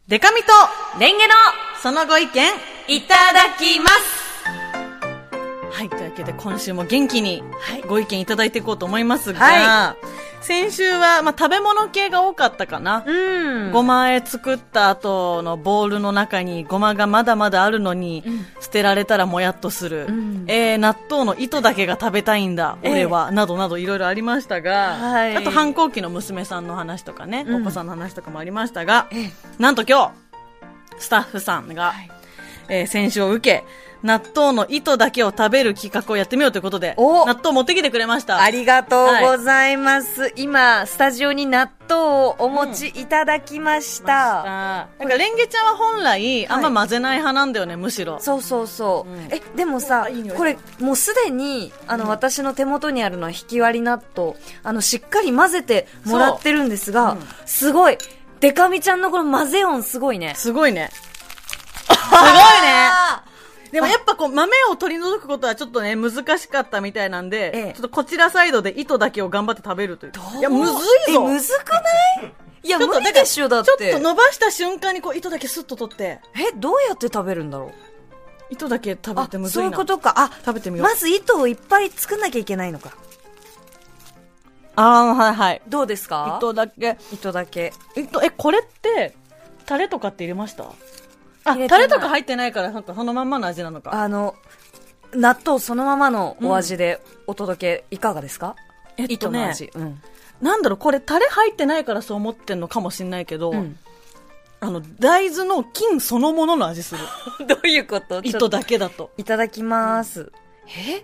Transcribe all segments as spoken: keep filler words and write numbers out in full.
デカミとレンゲのそのご意見いただきます。 はい、というわけで今週も元気にご意見いただいていこうと思いますが、 は先週は、まあ、食べ物系が多かったかな。 うん。 ごま和え作った後のボウルの中にごまがまだまだあるのに、うん、捨てられたらもやっとする、うん、えー、納豆の糸だけが食べたいんだ、俺は、えー、などなどいろいろありましたが、はい、あと反抗期の娘さんの話とかね、うん、お子さんの話とかもありましたが、えー、なんと今日スタッフさんが、はい、えー、先週を受け納豆の糸だけを食べる企画をやってみようということで納豆持ってきてくれました。 ありがとうございます、はい、今スタジオに納豆をお持ちいただきました、うん、 なんかレンゲちゃんは本来あんま混ぜない派なんだよね、はい、むしろそうそうそう、うん、えでもさいいこれもうすでにあの、うん、私の手元にあるのはひき割り納豆あのしっかり混ぜてもらってるんですが、うん、すごいデカミちゃんのこの混ぜ音すごいねすごいねすごいねでもやっぱこう豆を取り除くことはちょっとね難しかったみたいなんで、ええ、ちょっとこちらサイドで糸だけを頑張って食べるという。いやむずいぞ。 えむずくないいや無理でしょだって。 ちょっと伸ばした瞬間にこう糸だけスッと取って。 えどうやって食べるんだろう。 糸だけ食べてむずいな。 そういうことか。あ食べてみよう。 まず糸をいっぱい作んなきゃいけないのか。 あーはいはい。 どうですか。 糸だけ。 糸だけ。 糸えこれってタレとかって入れました？あ、タレとか入ってないからなんかそのまんまの味なのか。 あの納豆そのままのお味でお届けいかがですか？ うん、えっとね、 糸の味、うん、 なんだろうこれタレ入ってないからそう思ってんのかもしれないけど、うん、あの大豆の菌そのものの味する。 どういうこと？ 糸だけだと。 いただきます。うん、え？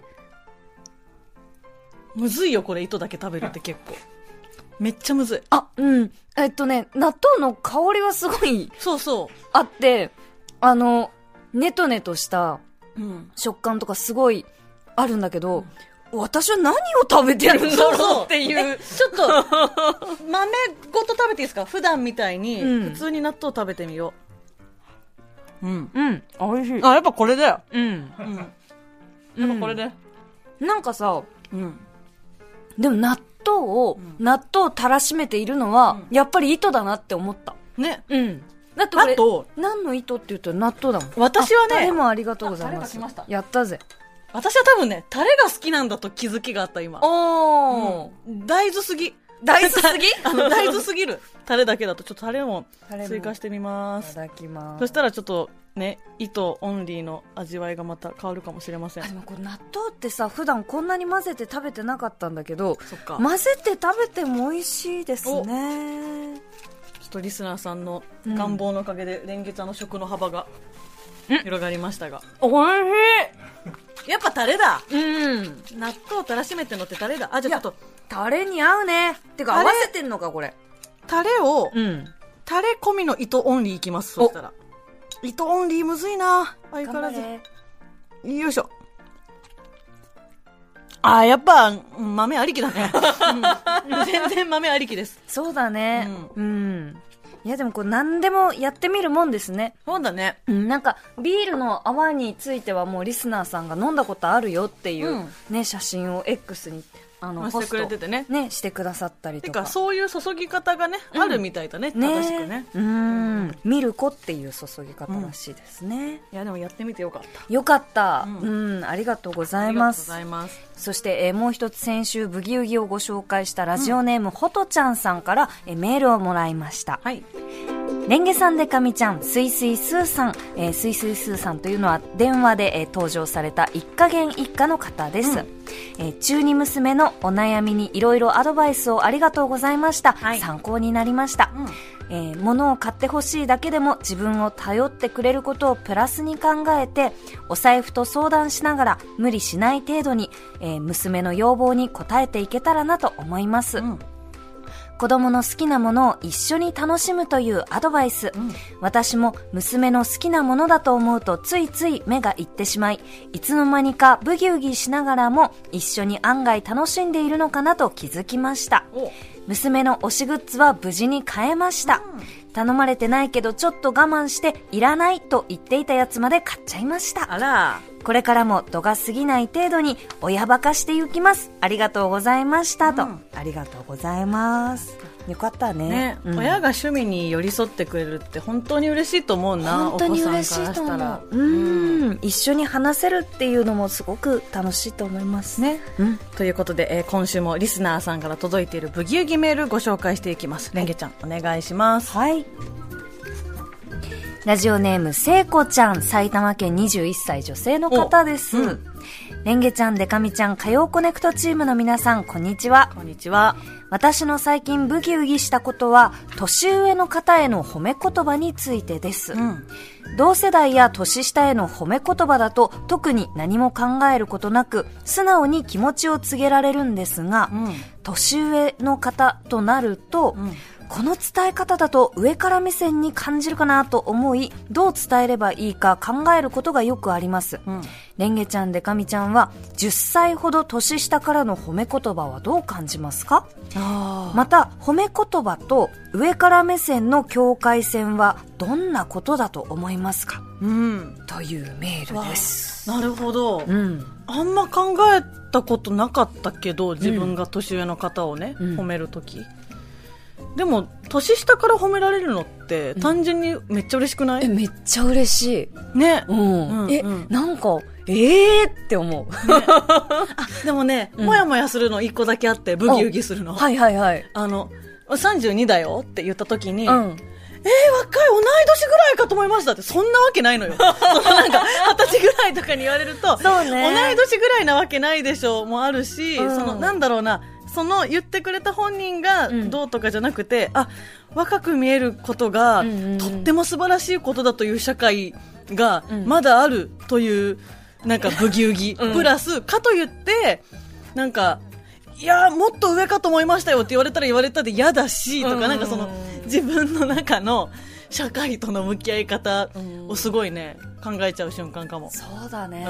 むずいよこれ糸だけ食べるって結構。めっちゃむずい。 あ、うん。えっとね納豆の香りはすごい。 そうそう。 あって。あのネトネトした食感とかすごいあるんだけど、うん、私は何を食べてるんだろうっていうちょっと豆ごと食べていいですか？普段みたいに普通に納豆食べてみよう。うんうん美味しい。 あやっぱこれだよ。 うんうんやっぱこれで、 うん、なんかさ、 うん、 でも納豆を、うん、納豆をたらしめているのは、うん、やっぱり糸だなって思ったね。 うんだってこれ何の糸って言ったら納豆だもん。 私はねタレもありがとうございます。やったぜ。 私は多分ねタレが好きなんだと気づきがあった今。 おー、 うん、大豆すぎ大豆すぎあの大豆すぎるタレだけだとちょっとタレも追加してみます。 いただきます。 そしたらちょっとね糸オンリーの味わいがまた変わるかもしれません。 あでもこれ納豆ってさ普段こんなに混ぜて食べてなかったんだけど、 そっか混ぜて食べても美味しいですね。 ちょっとリスナーさんの願望のおかげで、うん、レンゲちゃんの食の幅が広がりましたが、 おいしい。やっぱタレだ。 うん納豆をたらしめてんのってタレだ。あじゃあちょっとタレに合うね。てか合わせてんのかこれ。 タレを、 うん、 タレ込みの糸オンリーいきます。そしたら糸オンリーむずいな相変わらず。よいしょ。あやっぱ豆ありきだね、うん、全然豆ありきです。 そうだね、うん、うん、いやでもこれ何でもやってみるもんですね。 そうだね、 うん、なんかビールの泡についてはもうリスナーさんが飲んだことあるよっていう、うんね、写真を X にあのしてくれててね、 ねしてくださったりとか。 てかそういう注ぎ方がね、うん、あるみたいだね、正しくね。 うん、ミルコっていう注ぎ方らしいですね、うん、いやでもやってみてよかった。 よかった、うん、うん、ありがとうございます。 ありがとうございます。 そして、えー、もう一つ先週ブギウギをご紹介したラジオネーム、うん、ほとちゃんさんから、えー、メールをもらいました。 はい。 レンゲさんでかみちゃん、すいすいすーさん、えー、すいすいすーさんというのは電話で、えー、登場された一家元一家の方です、うんえー、中二娘のお悩みにいろいろアドバイスをありがとうございました、はい、参考になりました、うんえー、物を買ってほしいだけでも自分を頼ってくれることをプラスに考えてお財布と相談しながら無理しない程度に、えー、娘の要望に応えていけたらなと思います、うん子供の好きなものを一緒に楽しむというアドバイス、うん、私も娘の好きなものだと思うとついつい目がいってしまいいつの間にかブギウギしながらも一緒に案外楽しんでいるのかなと気づきました。娘の推しグッズは無事に買えました、うん、頼まれてないけどちょっと我慢していらないと言っていたやつまで買っちゃいました。 あらこれからも度が過ぎない程度に親バカしていきます。ありがとうございました、うん、とあありがとうございます。よかったね。 ね、うん、親が趣味に寄り添ってくれるって本当に嬉しいと思うな。 本当に嬉しいと思う。 お子さんからしたら、 うん、うん、一緒に話せるっていうのもすごく楽しいと思いますね。うん、ということで、えー、今週もリスナーさんから届いているブギウギメールご紹介していきます。レンゲちゃん、お願いします。 はい。ラジオネーム聖子ちゃん、埼玉県にじゅういっさい女性の方です。うん、レンゲちゃん、デカミちゃん、火曜コネクトチームの皆さん、こんにちは。 こんにちは。 私の最近ブギウギしたことは、年上の方への褒め言葉についてです。うん、同世代や年下への褒め言葉だと特に何も考えることなく、素直に気持ちを告げられるんですが、うん、年上の方となると、うん、この伝え方だと上から目線に感じるかなと思い、どう伝えればいいか考えることがよくあります。うん、レンゲちゃん、デカミちゃんはじゅっさいほど年下からの褒め言葉はどう感じますか？あ、また褒め言葉と上から目線の境界線はどんなことだと思いますか？うん、というメールです。 なるほど、うん、あんま考えたことなかったけど、自分が年上の方をね、うん、褒めるとき、でも年下から褒められるのって単純にめっちゃ嬉しくない？ え、めっちゃ嬉しいね。 うん、うん、え、うん、なんかえーって思う、ね、 あ、でもね、うん、もやもやするの一個だけあって、ブギウギするの。 はいはいはい。 あのさんじゅうにだよって言った時に、うん、えー、若い、同い年ぐらいかと思いましたって、そんなわけないのよ。そのなんかはたちぐらいとかに言われると、 そうね、 同い年ぐらいなわけないでしょもあるし、うん、そのなんだろうな、その言ってくれた本人がどうとかじゃなくて、うん、あ、若く見えることが、うんうんうん、とっても素晴らしいことだという社会がまだあるという、なんかブギウギ、うん、プラスかといってなんか、いやもっと上かと思いましたよって言われたら言われたで嫌だしとか、うん、なんかその自分の中の社会との向き合い方をすごいね、考えちゃう瞬間かも。 そうだね、うん、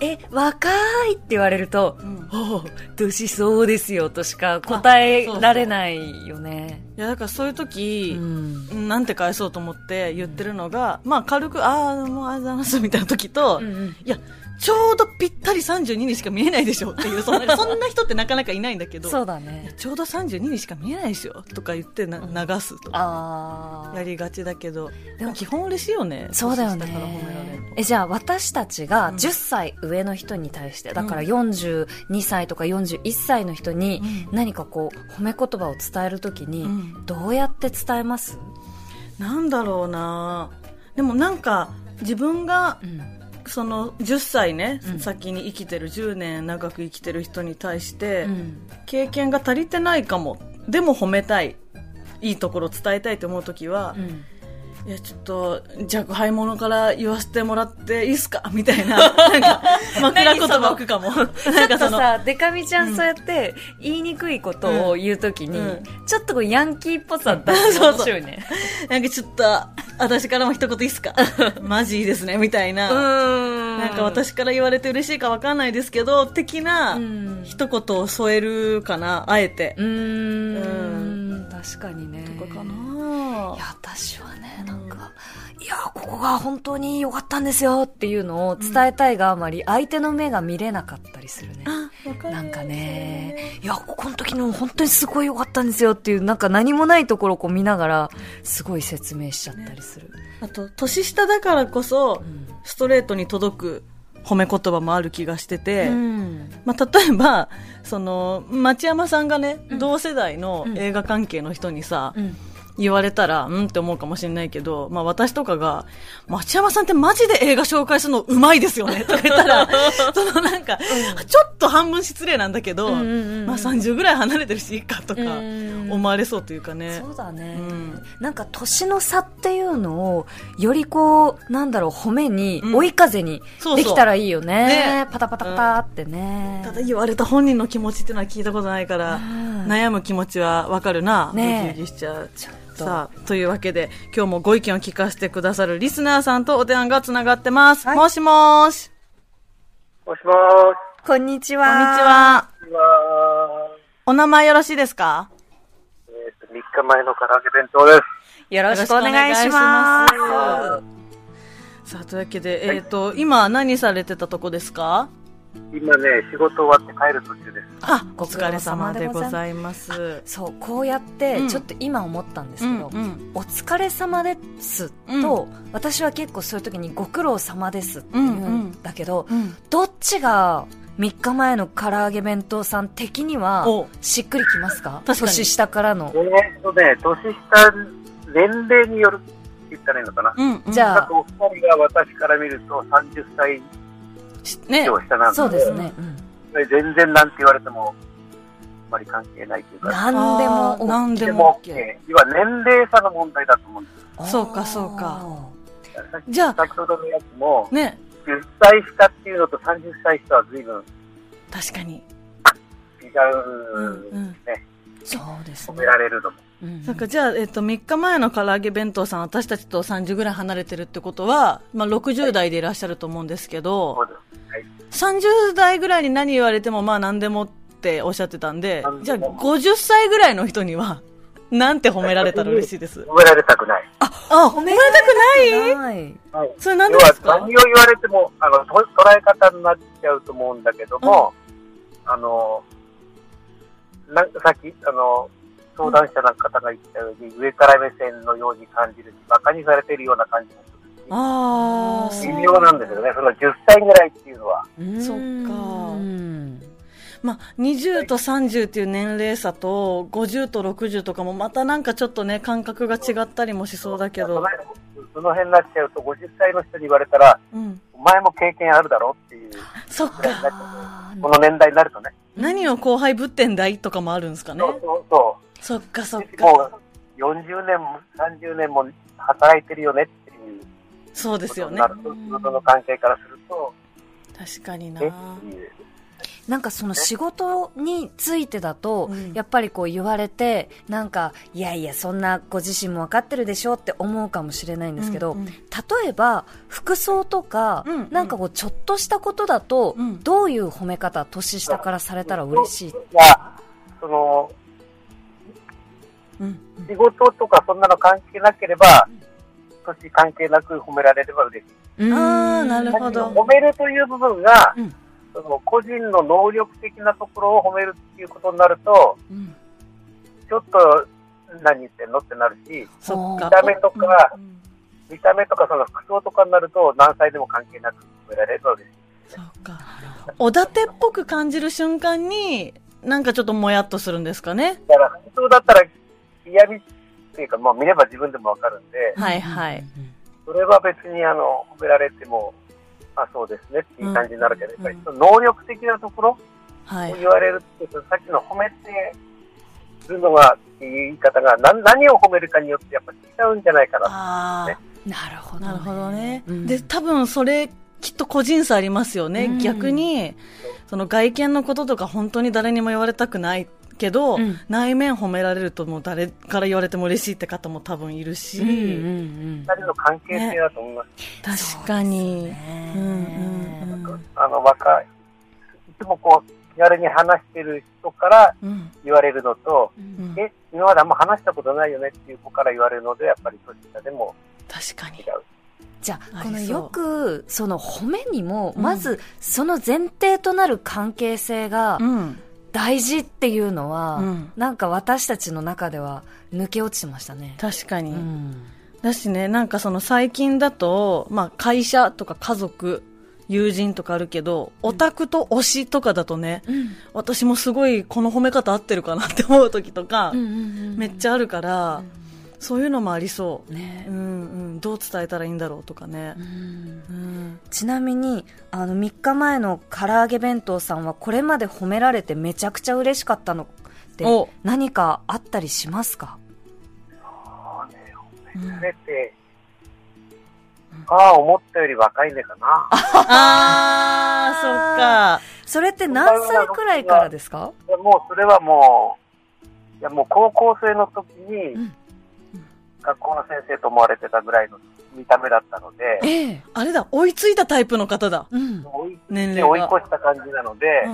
え、若いって言われると、うん、お年そうですよとしか答えられないよね。 いや、だからそういう時、うん、なんて返そうと思って言ってるのが、うん、まあ軽く、ああ、もうありがとうございますみたいな時と、うんうん、いや、ちょうどぴったりさんじゅうににしか見えないでしょっていう、そんな、そんな人ってなかなかいないんだけど、 そうだね、 ちょうどさんじゅうににしか見えないでしょとか言ってな、うん、流すとかやりがちだけど、でも基本嬉しいよね。 そうだよね。え、じゃあ私たちがじゅっさい上の人に対して、うん、だからよんじゅうにさいとかよんじゅういっさいの人に何かこう褒め言葉を伝えるときにどうやって伝えます？ うん、なんだろうな。でもなんか自分が、うん、そのじゅっさいね、うん、先に生きてるじゅうねん長く生きてる人に対して、うん、経験が足りてないかも、でも褒めたい、いいところ伝えたいと思うときは、うん、いやちょっと若輩者から言わせてもらっていいっすかみたいな、なんか枕言葉置くかも。なんかちょっとさ、デカミちゃん、うん、そうやって言いにくいことを言うときに、うん、ちょっとこうヤンキーっぽさ出して面白いね。 そうそう、なんかちょっと私からも一言いいっすかマジいいですねみたいな、うーん、なんか私から言われて嬉しいか分かんないですけど的な一言を添えるかな、あえて。うーん、 うん、確かにね。 とかかな。 いや、私はね、なんか、いや、ここが本当に良かったんですよっていうのを伝えたいがあまり、相手の目が見れなかったりするね。 あ、わかる。 なんかね、いや、ここの時の本当にすごい良かったんですよっていう、なんか何もないところをこう見ながら、すごい説明しちゃったりする。ね、 あと、年下だからこそ、うん、ストレートに届く褒め言葉もある気がしてて、うん、まあ、例えばその町山さんがね、うん、同世代の映画関係の人にさ、うん、言われたらうんって思うかもしれないけど、まあ、私とかが町山さんってマジで映画紹介するのうまいですよねとか言ったらそのなんか、うん、ちょっと半分失礼なんだけど、うんうんうん、まあ、さんじゅうぐらい離れてるしいいかとか思われそうというかね。 そうだね、うん、なんか年の差っていうのをよりこうなんだろう、褒めに、うん、追い風にできたらいいよね。ね、パタパタパタってね、 うん、ただ言われた本人の気持ちっていうのは聞いたことないから、うん、悩む気持ちはわかるな、ね、ウキウキしちゃう。さあ、というわけで今日もご意見を聞かせてくださるリスナーさんとお電話がつながってます、はい、もしもーし。 もしもーし。 こんにちは。 こんにちは。お名前よろしいですか？ えーと、みっかまえの唐揚げ弁当です。 よろしくお願いします。 さあ、というわけで、えーと、今何されてたとこですか？ 今ね、仕事終わって帰る途中です。 あ、お疲れ様でございます。 そう、こうやってちょっと今思ったんですけど、うんうん、お疲れ様ですと、うん、私は結構そういう時にご苦労様ですって言うんだけど、うんうん、どっちがみっかまえの唐揚げ弁当さん的にはしっくりきますか？年下からの。 えーっとね、年下年齢によるって言ったらいいのかな。 うんうん、じゃあ、 お二人が私から見るとさんじゅっさい以上下なんで、ね、 そうですね。うん、 全然なんて言われても、あまり関係ないというか。 何でも、 何でも OK。要は年齢差の問題だと思うんですよ。 そうか、そうか。 じゃあ、先ほどのやつも、 ね。 じゅっさい下っていうのとさんじゅっさい下は随分。 確かに。 違う、うんうん、ね。 そうですね。 褒められるのも。 うん、なんかじゃあ、えっと、みっかまえの唐揚げ弁当さん、私たちとさんじゅうぐらい離れてるってことは、まあ、ろくじゅう代でいらっしゃると思うんですけど、 はい、そうです。はい、 さんじゅう代ぐらいに何言われても、まあ何でもっておっしゃってたんで、じゃあごじゅっさいぐらいの人には、なんて褒められたら嬉しいです。 褒められたくない。 あ、あ、褒められたくない？はい。それ何ですか？ 何を言われても、あの、捉え方になっちゃうと思うんだけども、うん、あの、なさっき、あの、相談者の方が言ったように、上から目線のように感じるし、馬鹿にされているような感じもするし、 ああ、 微妙なんですよね、そのじゅっさいぐらいっていうのは。 そっか。まあ、にじゅうとさんじゅうっていう年齢差と、ごじゅうとろくじゅうとかもまたなんかちょっとね、感覚が違ったりもしそうだけど。 その辺になっちゃうと、ごじゅっさいの人に言われたら、うん、お前も経験あるだろっていう。 そっか。 この年代になるとね。 何を後輩ぶってんだいとかもあるんですかね。 そうそうそう。 そっかそっか。 もうよんじゅうねんもさんじゅうねんも働いてるよねっていう。 そうですよね。 仕事の関係からすると。 確かにな。 なんかその仕事についてだと、うん、やっぱりこう言われて、なんか、いやいや、そんなご自身も分かってるでしょって思うかもしれないんですけど、うんうん、例えば、服装とか、うんうん、なんかこう、ちょっとしたことだと、うん、どういう褒め方、年下からされたら嬉しい？いや、その、うん、仕事とかそんなの関係なければ、年関係なく褒められれば嬉しい。 ああ、なるほど。 褒めるという部分が、うん、その個人の能力的なところを褒めるっていうことになると、うん、ちょっと何言ってんのってなるし、 そっか、 見た目とか、うん、見た目とかその服装とかになると何歳でも関係なく褒められるのです。 そうか。おだてっぽく感じる瞬間になんかちょっともやっとするんですかね。 だから服装だったら嫌味っていうか、まあ見れば自分でもわかるんで、 はいはい。 それは別にあの褒められても、あ、そうですねっていう感じになるけど、うん、やっぱり能力的なところを言われるって、はい、さっきの褒めてるのがっていう言い方が 何, 何を褒めるかによってやっぱ違うんじゃないかな、ね、 あなるほど、ね、 なるほどね、うん、で多分それきっと個人差ありますよね、うん、逆にその外見のこととか本当に誰にも言われたくないけど、うん、内面褒められるともう誰から言われても嬉しいって方も多分いるし、 うんうんうん、ふたりの関係性だと思います、 ね、確かに、うんうんうん、あの若いいつもこう気軽に話している人から言われるのと、うん、え今まであんま話したことないよねっていう子から言われるのでやっぱり年下でも確かに違う。 じゃあこのよくその褒めにもまずその前提となる関係性が、うん大事っていうのは、うん、なんか私たちの中では抜け落ちてましたね。 確かに、うん、だしね、なんかその最近だと、まあ、会社とか家族友人とかあるけど、オタクと推しとかだとね、うん、私もすごいこの褒め方合ってるかなって思う時とか、うんうんうん、めっちゃあるから、うん、そういうのもありそう、ねうんうん、どう伝えたらいいんだろうとかね、うんうん、ちなみにあのみっかまえの唐揚げ弁当さんはこれまで褒められてめちゃくちゃ嬉しかったのって何かあったりしますか？ そうね、褒められて、うん、ああ思ったより若いねかなああそっか。 それって何歳くらいからですか？ いやもうそれはもういやもう高校生の時に、うん学校の先生と思われてたぐらいの見た目だったので、 ええ、あれだ追いついたタイプの方だ、うん、 年齢が追い越した感じなので、うんうんうん、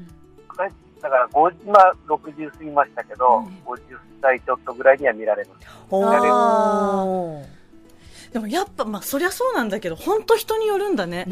だから今ろくじゅう過ぎましたけど、うん、ごじゅっさいちょっとぐらいには見られる。 おでもやっぱまあそりゃそうなんだけど本当人によるんだね。 ね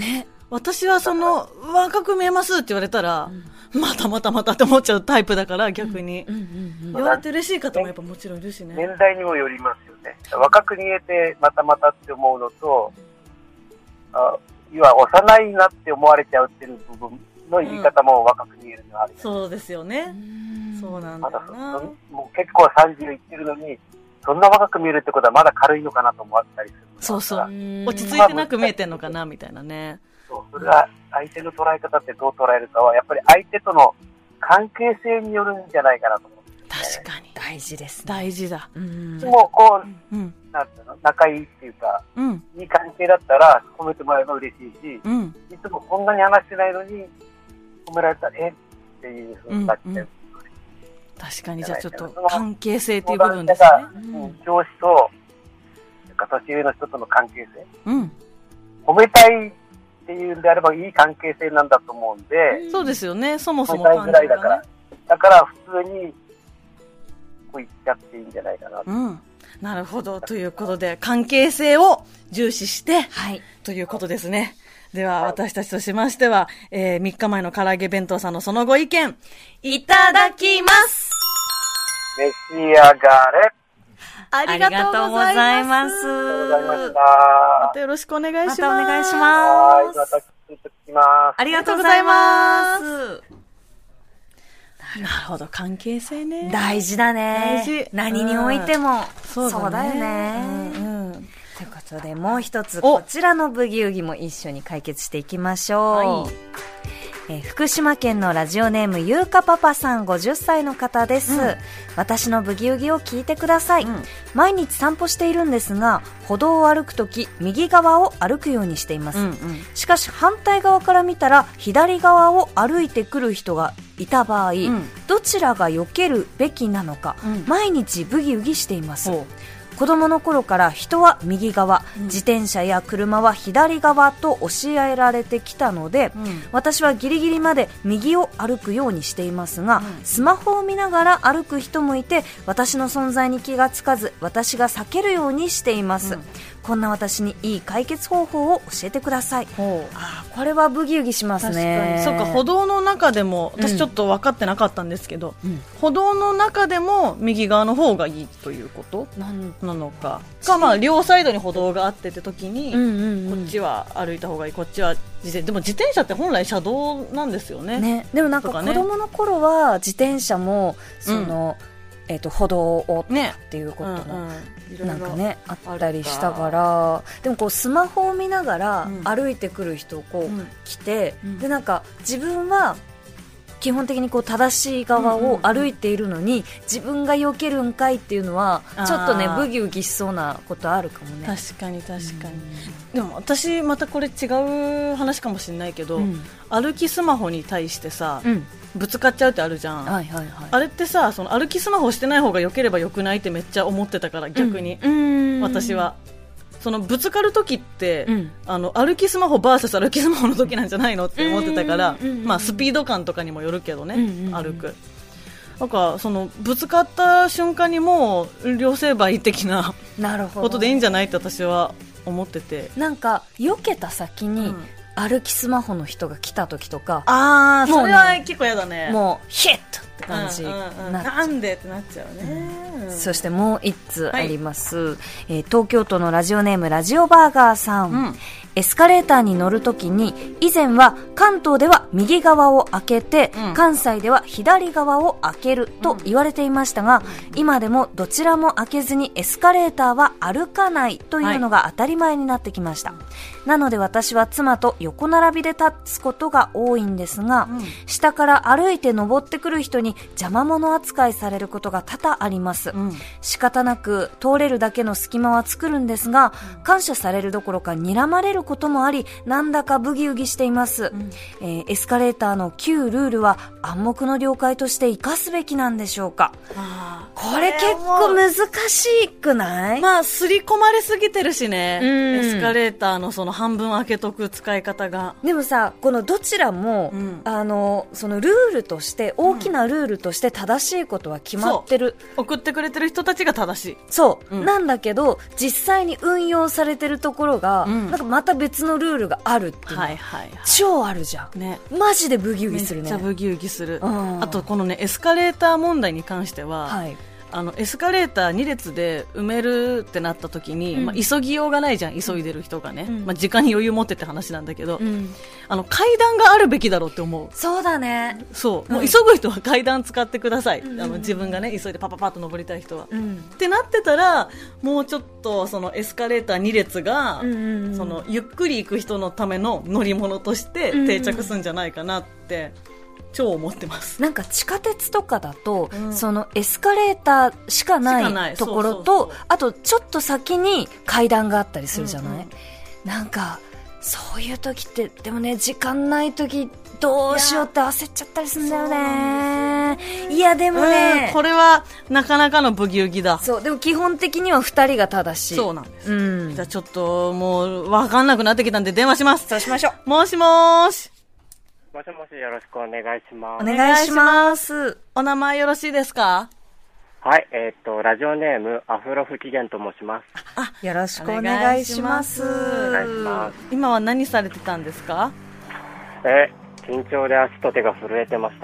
私はその、若く見えますって言われたら、うん、またまたまたって思っちゃうタイプだから、逆に。うんうんうんうん、言われて嬉しい方もやっぱもちろんいるしね。 年代にもよりますよね。若く見えてまたまたって思うのと、あ要は幼いなって思われちゃうっていう部分の言い方も若く見えるのがある、 うん、そうですよね。そうなんだよな。 まだもう結構さんじゅういってるのに、そんな若く見えるってことはまだ軽いのかなと思ったりする。 そうそう。落ち着いてなく見えてんのかなみたいなね。 そう、それが相手の捉え方ってどう捉えるかは、やっぱり相手との関係性によるんじゃないかなと思うんですよね。 確かに。 大事です、ね。 大事だ。 うん。もうこう、うん、なんていうの、仲いいっていうか、うん、いい関係だったら褒めてもらえば嬉しいし、うん、いつもこんなに話してないのに褒められたら、えっていうふうになっちゃう。うんうん、 確かに、じゃあちょっと関係性っていう部分ですね。 うん、上司と、年上の人との関係性。 うん。 褒めたいっていうんであればいい関係性なんだと思うんで。 そうですよね、そもそも感じがね。褒めたいぐらいだから。だから普通に、こう言っちゃっていいんじゃないかな。 うん。なるほど。ということで、関係性を重視して、 はい。 ということですね。では、はい、私たちとしましては、えー、みっかまえの唐揚げ弁当さんのそのご意見、いただきます。 召し上がれ。 ありがとうございます。 ありがとうございました。 またよろしくお願いします。またお願いします。 はい、また聞きます。 ありがとうございます。なるほど、関係性ね。 大事だね。 大事。 何においても、うん、そうだね。そうだよね。 うんうん、 ということで、もう一つ、こちらのブギウギも一緒に解決していきましょう。はい、えー、福島県のラジオネームゆうかパパさんごじゅっさいの方です、うん、私のブギウギを聞いてください、うん、毎日散歩しているんですが歩道を歩くとき右側を歩くようにしています、うんうん、しかし反対側から見たら左側を歩いてくる人がいた場合、うん、どちらが避けるべきなのか、うん、毎日ブギウギしています。子供の頃から人は右側、うん、自転車や車は左側と教えられてきたので、うん、私はギリギリまで右を歩くようにしていますが、うん、スマホを見ながら歩く人もいて私の存在に気がつかず私が避けるようにしています、うん、こんな私にいい解決方法を教えてください。あ、これはブギウギしますね。 確かに。そうか、歩道の中でも私ちょっと分かってなかったんですけど、うん、歩道の中でも右側の方がいいということなんなのかか、まあ、両サイドに歩道があってって時に、うんうんうん、こっちは歩いた方がいい、こっちは自転でも自転車って本来車道なんですよ ね, ねでもなんか子供の頃は自転車もその、うんえー、と歩道をっていうことも、ねうんうん、なんかねあったりしたから、でもこうスマホを見ながら歩いてくる人をこう、うん、来て、うん、でなんか自分は基本的にこう正しい側を歩いているのに、うんうんうん、自分が避けるんかいっていうのはちょっとねブギウギしそうなことあるかもね。 確かに確かに、うん、でも私またこれ違う話かもしれないけど、うん、歩きスマホに対してさ、うん、ぶつかっちゃうってあるじゃん、はいはいはい、あれってさその歩きスマホしてない方が良ければ良くないってめっちゃ思ってたから逆に、うん、私はそのぶつかるときって、うん、あの歩きスマホ ブイエス 歩きスマホの時なんじゃないのって思ってたから、まあ、スピード感とかにもよるけどね、うんうん、歩くなんかそのぶつかった瞬間にもう両成敗的なことでいいんじゃないって私は思ってて、 なんか避けた先に、うん歩きスマホの人が来た時とか、 あー、それは結構やだね。 もうヒットって感じ、うんうんうん、 な, なんでってなっちゃうね、 うん、そしてもう一つあります、はいえー、東京都のラジオネームラジオバーガーさん、うん、エスカレーターに乗るときに以前は関東では右側を開けて、うん、関西では左側を開けると言われていましたが、うん、今でもどちらも開けずにエスカレーターは歩かないというのが当たり前になってきました、はい、なので私は妻と横並びで立つことが多いんですが、うん、下から歩いて登ってくる人に邪魔者扱いされることが多々あります、うん、仕方なく通れるだけの隙間は作るんですが、うん、感謝されるどころか睨まれることもありなんだかブギウギしています、うんえー、エスカレーターの旧ルールは暗黙の了解として生かすべきなんでしょうか。あこれ結構難しくない？ まあ刷り込まれすぎてるしね、うん、エスカレーターのその半分開けとく使い方が。 でもさこのどちらも、うん、あのそのルールとして大きなルールとして正しいことは決まってる。 送ってくれてる人たちが正しい。 そう、うん、なんだけど実際に運用されてるところが、うん、なんかまた別のルールがあるっていうの、はいはいはい、超あるじゃん、ね、マジでブギウギするね。 めっちゃブギウギする、うん、あとこのねエスカレーター問題に関しては、はい、あのエスカレーターに列で埋めるってなった時に、うん、まあ、急ぎようがないじゃん、急いでる人がね、うん、まあ、時間に余裕持ってって話なんだけど、うん、あの階段があるべきだろうって思う。 そうだね。 そう、もう急ぐ人は階段使ってください、うん、あの自分がね急いでパパパッと登りたい人は、うん、ってなってたらもうちょっとそのエスカレーターに列が、うんうんうん、そのゆっくり行く人のための乗り物として定着するんじゃないかなって、うんうん、超思ってます。 なんか地下鉄とかだと、うん、そのエスカレーターしかないところと、そうそうそう、あとちょっと先に階段があったりするじゃない、うんうん、なんかそういう時ってでもね時間ない時どうしようって焦っちゃったりするんだよね。いやでもね、 うん、これはなかなかのブギウギだ。 そうでも基本的にはふたりが正しい。 そうなんです、うん、じゃあちょっともう分かんなくなってきたんで電話します。 そうしましょう。 もしもーし。 もしもし、よろしくお願いします。 お願いします。 お名前よろしいですか？ はい、えっと、ラジオネーム、アフロ不機嫌と申します。 あ、よろしくお願いします。 お願いします。 今は何されてたんですか？ え、緊張で足と手が震えてました。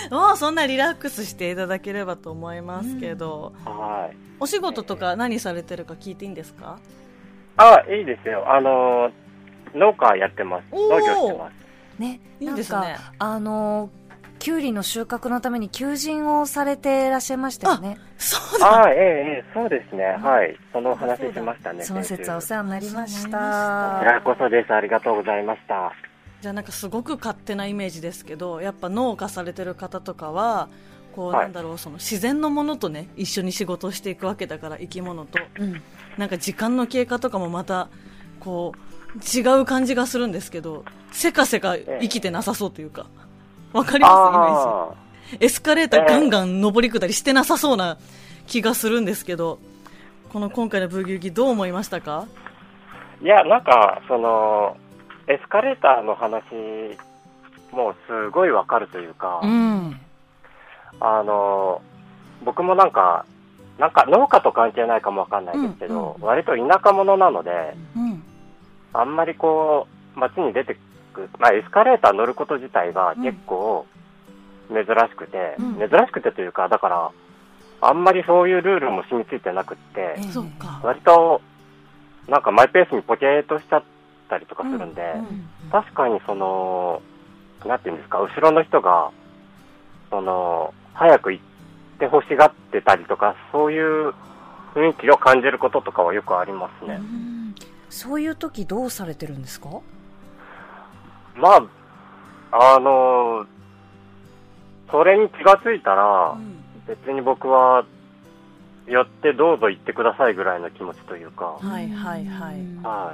もうそんなリラックスしていただければと思いますけど、うん、はい。お仕事とか何されてるか聞いていいんですか？ あ、いいですよ。あの、農家やってます。農業してます。 ね、いいですね。なんかあのキュウリの収穫のために求人をされていらっしゃいましたよね。 あ、そうだ。 あ、ええええ、そうですね。はい、その話しましたね。 その説はお世話になりました。こちらこそです。ありがとうございました。 じゃあなんかすごく勝手なイメージですけど、やっぱ農家されてる方とかはこう、はい、なんだろう、その自然のものとね一緒に仕事をしていくわけだから、生き物と、うん、なんか時間の経過とかもまたこう違う感じがするんですけど、せかせか生きてなさそうというか、わかりますイメージ。エスカレーターガンガン上り下りしてなさそうな気がするんですけど、この今回のブギウギどう思いましたか？ いや、なんかそのエスカレーターの話もすごいわかるというか、うん、あの僕もなんかなんか農家と関係ないかもわかんないですけど、うんうん、割と田舎者なので、うん、あんまりこう街に出てく、まあ、エスカレーター乗ること自体が結構珍しくて、うん、珍しくてというか、だからあんまりそういうルールも染みついてなくって、えー、割となんかマイペースにポケーとしちゃったりとかするんで、うんうん、確かにそのなんていうんですか、後ろの人がその早く行って欲しがってたりとか、そういう雰囲気を感じることとかはよくありますね。うん、 そういう時どうされてるんですか？ まああのそれに気がついたら、うん、別に僕は寄ってどうぞ行ってくださいぐらいの気持ちというか。 はいはいはい。 はい。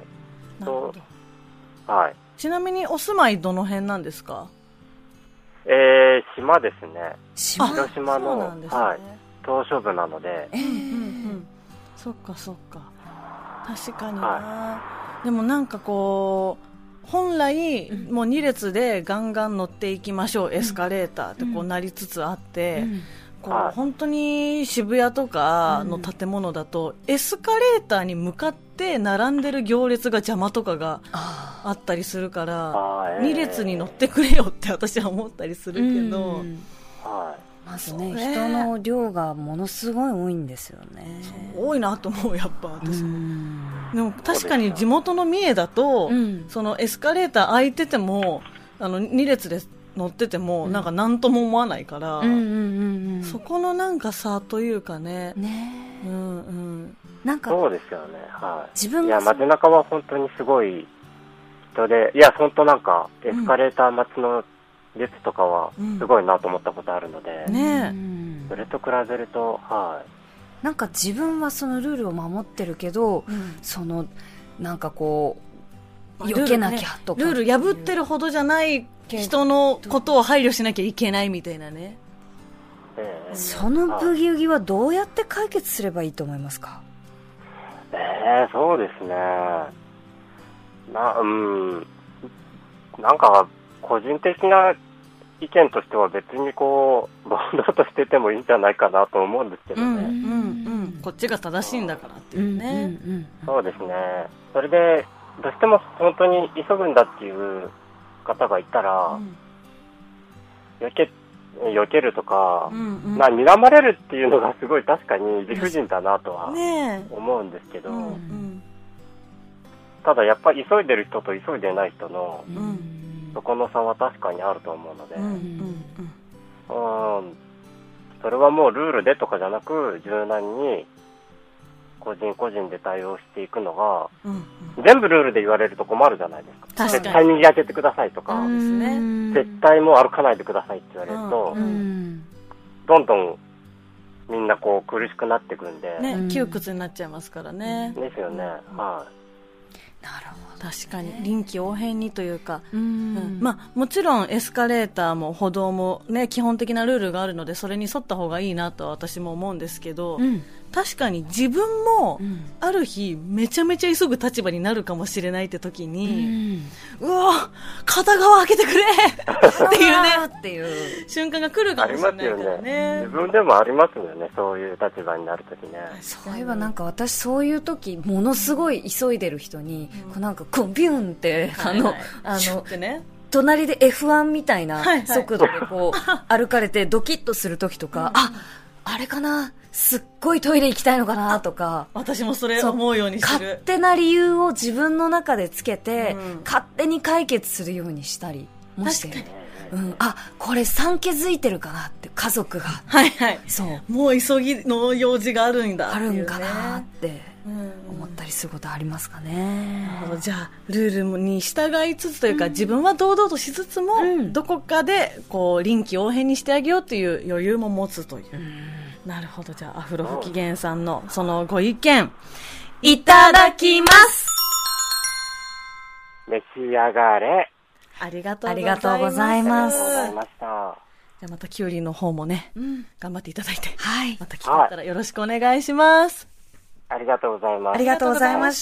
なるほど。はい。 ちなみにお住まいどの辺なんですか？ えー、島ですね。 島？ 広島の、 そうなんですね、 はい、島しょ部なので。 えー、うんうん。そっかそっか。確かにな、はい、でもなんかこう本来、うん、もうに列でガンガン乗っていきましょう、うん、エスカレーターってこうなりつつあって、うん、こう、はい、本当に渋谷とかの建物だと、うん、エスカレーターに向かって並んでる行列が邪魔とかがあったりするから、えー、に列に乗ってくれよって私は思ったりするけど、うん、 はい、 まずね、人の量がものすごい多いんですよね。 多いなと思う、やっぱ私も。でも確かに地元の三重だと、うん、そのエスカレーター空いててもあのに列で乗ってても、うん、なんか何とも思わないから、うんうんうんうん、そこのなんか差というかね、ね、うんうん、 なんかそうですよね、はい、自分がいや街中は本当にすごい人で、いや本当なんかエスカレーター待ちの列とかはすごいなと思ったことあるので、 うんね、 それと比べると、はい、 なんか自分はそのルールを守ってるけど、うん、そのなんかこう避けなきゃとかルール、ね、ルール破ってるほどじゃない人のことを配慮しなきゃいけないみたいなね、 えー、そのブギウギはどうやって解決すればいいと思いますか？ えー、そうですね、な、うん、なんか個人的な意見としては別にこう堂々としててもいいんじゃないかなと思うんですけどね、うんうんうん、 こっちが正しいんだからっていうね、うんうんうん、 そうですね。それでどうしても本当に急ぐんだっていう方がいたら、うん、避け避けるとか、うんうん、まあ睨まれるっていうのがすごい確かに理不尽だなとは思うんですけど、ねうんうん、ただやっぱり急いでる人と急いでない人の、うん、そこの差は確かにあると思うので、うんうんうんうん、それはもうルールでとかじゃなく柔軟に個人個人で対応していくのが、うんうん、全部ルールで言われると困るじゃないですか。絶対右開けてくださいとか、絶対もう歩かないでくださいって言われると、うんうん、どんどんみんなこう苦しくなってくんで、 ね、窮屈になっちゃいますからね。 ですよね、うん、はい。 なるほど。確かに臨機応変にというか、うんうん、まあ、もちろんエスカレーターも歩道も、ね、基本的なルールがあるのでそれに沿った方がいいなとは私も思うんですけど、うん、確かに自分もある日めちゃめちゃ急ぐ立場になるかもしれないって時に、うん、うわ片側開けてくれっていうねっていう瞬間が来るかもしれないからね。ありますよね。 自分でもありますよね、そういう立場になる時ね。 そういえばなんか私そういう時ものすごい急いでる人に、うん、こうなんかこうビュンって、はいはい、あのあの、ね、隣で エフワン みたいな速度でこう、はいはい、歩かれてドキッとする時とか、うん、あ、あれかな、すっごいトイレ行きたいのかなとか、 私もそれ思うようにする。 勝手な理由を自分の中でつけて、うん、勝手に解決するようにしたりもしてる。うん、あ、これ産気づいてるかなって家族が、 はいはい、そうもう急ぎの用事があるんだっていう、ね、 あるんかなって思ったりすることありますかね。 なるほど。じゃあルールに従いつつというか、うん、自分は堂々としつつも、うん、どこかでこう臨機応変にしてあげようという余裕も持つという、うん、なるほど。じゃあアフロ不機嫌さんのそのご意見いただきます。 召し上がれ。 ありがとうございます。 ありがとうございました。じゃあまたキュウリの方もね、うん、頑張っていただいて、はい、また機会あったらよろしくお願いします。 ありがとうございます。 ありがとうございました。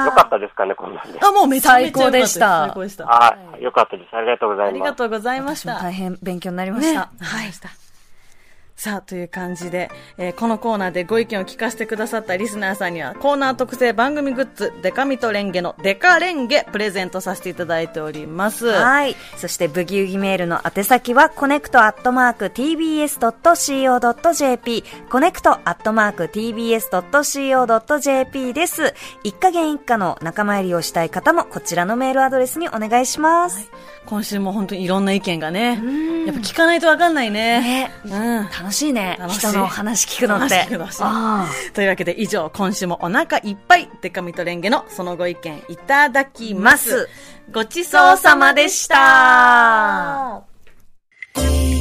よかったですかね、こんなんで。 あ、もうめちゃめちゃ良かったです。最高でした。 あ、はい、よかったです。ありがとうございます。ありがとうございました。 大変勉強になりました。ね、 はい。さあ、という感じで、えー、このコーナーでご意見を聞かせてくださったリスナーさんには、コーナー特製番組グッズ、デカミとレンゲのデカレンゲプレゼントさせていただいております。 はい。そして、ブギウギメールの宛先は、コネクトアットマーク ティービーエスドットシーオードットジェーピー、コネクトアットマーク ティービーエスドットシーオードットジェーピー です。一家元一家の仲間入りをしたい方も、こちらのメールアドレスにお願いします。はい、 今週も本当にいろんな意見がね、やっぱ聞かないとわかんないね。ね、 うん、楽しいね。楽しい。人の話聞くのって。 というわけで以上、今週もお腹いっぱいデカミとレンゲのそのご意見いただきます。ごちそうさまでした。